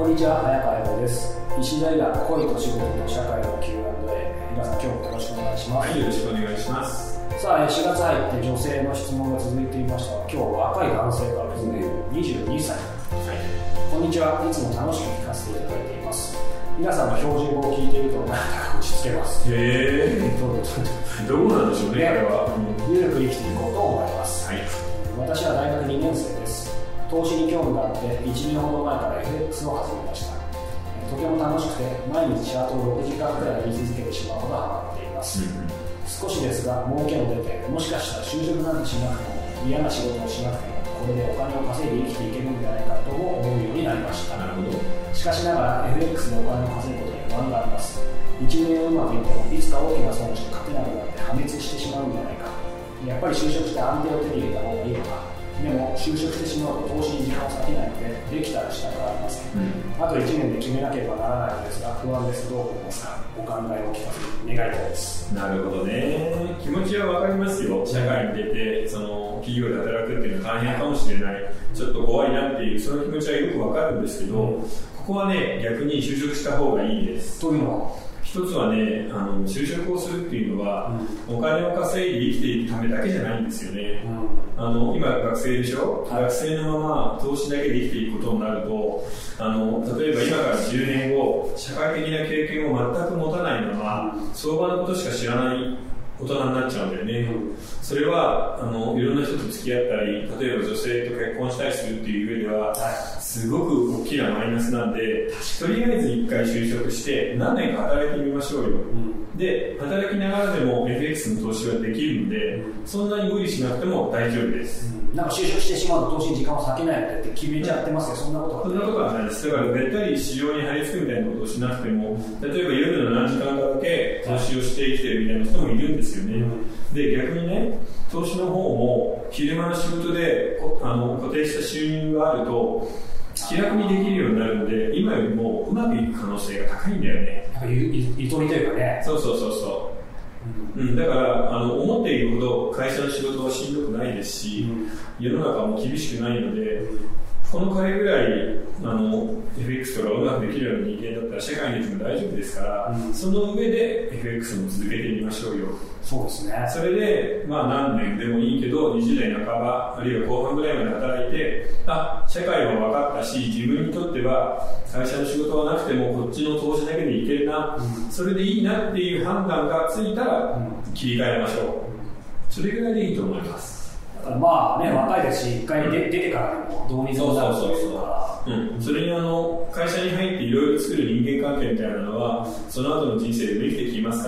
んにちは、早川洋です。石田医が恋と仕事と社会の Q&A。皆さん、今日もよろしくお願いします。 はい、よろしくお願いします。 さあ、4月入って女性の質問が続いていましたが、今日若い男性からですね、22歳。はい、こんにちは。いつも楽しく聞かせていただいています。皆さんの標準語を聞いていると、なんだか落ち着けます。 どうなんでしょうね、これは。 ゆるく生きていこうと思います。はい、私は大学2年生です。投資に興味があって1年ほど前から FX を始めました。とても楽しくて毎日チャートを6時間くらい見続けてしまうほどハマっています。少しですが儲けも出て、もしかしたら就職なんてしなくても嫌な仕事をしなくてもこれでお金を稼いで生きていけるんじゃないかとも思うようになりました。 なるほど。 しかしながら FX でお金を稼ぐことに不安があります。1年うまくいってもいつか大きな損をして勝てなくなって破滅してしまうんじゃないか。やっぱり就職して安定を手に入れた方がいいのか。でも就職してしまうと投資に時間を割けないので、できたらしたくありません。あと1年で決めなければならないのですが不安です。どう思いますか。お考えを聞かせて願いたいです。 なるほどね。気持ちは分かりますよ。社会に出て企業で働くっていうのは大変かもしれない、ちょっと怖いなっていうその気持ちはよく分かるんですけど、ここはね逆に就職した方がいいです。 というのは一つはね、就職をするっていうのは、お金を稼いで生きていくためだけじゃないんですよね。今学生でしょ、学生のまま投資だけで生きていくことになると、例えば今から10年後社会的な経験を全く持たないまま相場のことしか知らない大人になっちゃうんだよね。それはいろんな人と付き合ったり、例えば女性と結婚したりするっていう上ではすごく大きなマイナスなんで、とりあえず1回就職して何年か働いてみましょうよ。で働きながらでも FX の投資はできるので、そんなに無理しなくても大丈夫です。 なんか就職してしまうと投資に時間を割けないのでって決めちゃってますよ。そんなことはないです。だからべったり市場に張り付くみたいなことをしなくても、例えば夜の何時間かだけ投資をして生きてるみたいな人もいるんですよね。で逆にね、投資の方も昼間の仕事で固定した収入があると気楽にできるようになるので、今よりもうまくいく可能性が高いんだよね。 ゆとりというかね。 そうだから思っているほど会社の仕事はしんどくないですし、世の中も厳しくないので、この彼ぐらいFX とかうまくできるような人間だったら社会にいても大丈夫ですから、その上で FX も続けてみましょうよ。 そうですね。 それで何年でもいいけど20代半ばあるいは後半ぐらいまで働いて、社会は分かったし自分にとっては会社の仕事はなくてもこっちの投資だけでいけるな、それでいいなっていう判断がついたら切り替えましょう。それぐらいでいいと思います。 若いですし、一回出てからでもどうにでもなるというか、 それに会社に入っていろいろ作る人間関係みたいなのはその後の人生でできてきますから、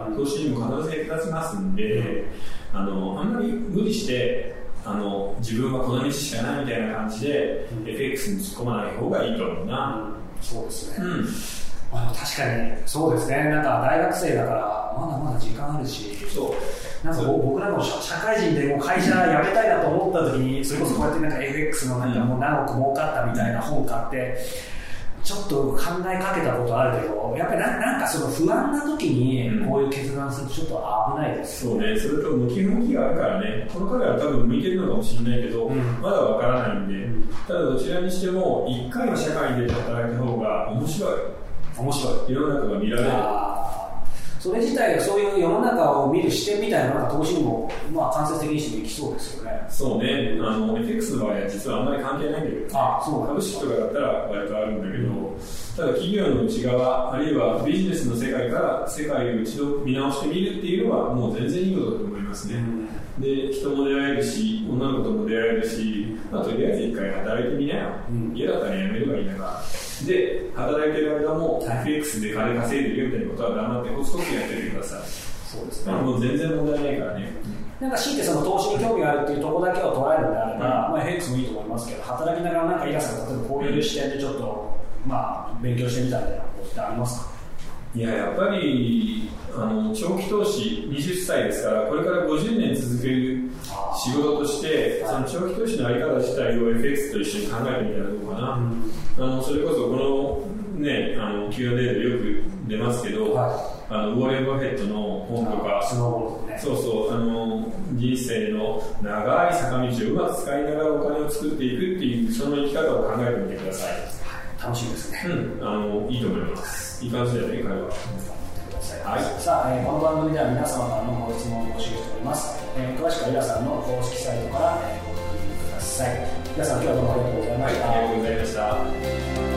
投資にも必ず役立ちますんで、あんまり無理して自分はこの道しかないみたいな感じで、FX に突っ込まない方がいいと思うな。 そうですね。確かにそうですね。なんか大学生だからまだまだ時間あるし、なんか僕らも社会人でも会社辞めたいなと思った時に、それこそこうやってなんか FX のもう何億儲かったみたいな本買ってちょっと考えかけたことあるけど、やっぱりなんかその不安な時にこういう決断するとちょっと危ないです。 そうね。それと向き不向きがあるからね。この彼は多分向いてるのかもしれないけど、まだわからないんで、ただどちらにしても1回は社会に出て働いた方が面白い。世の中が見られる。 それ自体がそういう世の中を見る視点みたいなのが投資にも間接的にしてできそうですよね。 そうね。FX の場合は実はあんまり関係ないんだけど、株式とかだったら割とあるんだけど、ただ企業の内側あるいはビジネスの世界から世界を一度見直してみるっていうのはもう全然いいことだと思いますね。で人も出会えるし女の子とも出会えるし、とりあえず一回働いてみなよ。嫌だったらやめればいいんだから。で働いてる間も FX で金稼いでるよみたいなことは黙ってコツコツやっててください。 そうですね。 もう全然問題ないからね。 なんか強いてその投資に興味があるっていうところだけを捉えるのであれば、FX もいいと思いますけど、働きながらなんかイラさんが例えばこういう視点でちょっと勉強してみたみたいなことってありますか。 やっぱり長期投資20歳ですから、これから50年続ける仕事として、その長期投資のあり方自体を FX と一緒に考えてみたらどうかな。それこそこのねQ&A でよく出ますけど、ウォーレン・バフェットの本とか、人生の長い坂道をうまく使いながらお金を作っていくっていうその生き方を考えてみてください。 楽しいですね。 いいと思います。いい感じだよね、彼は。 はい、さあ、この番組では皆様からのご質問を募集しております。詳しくはイラさんの公式サイトからご確認ください。皆さん、今日はどうもありがとうございました。 ありがとうございました。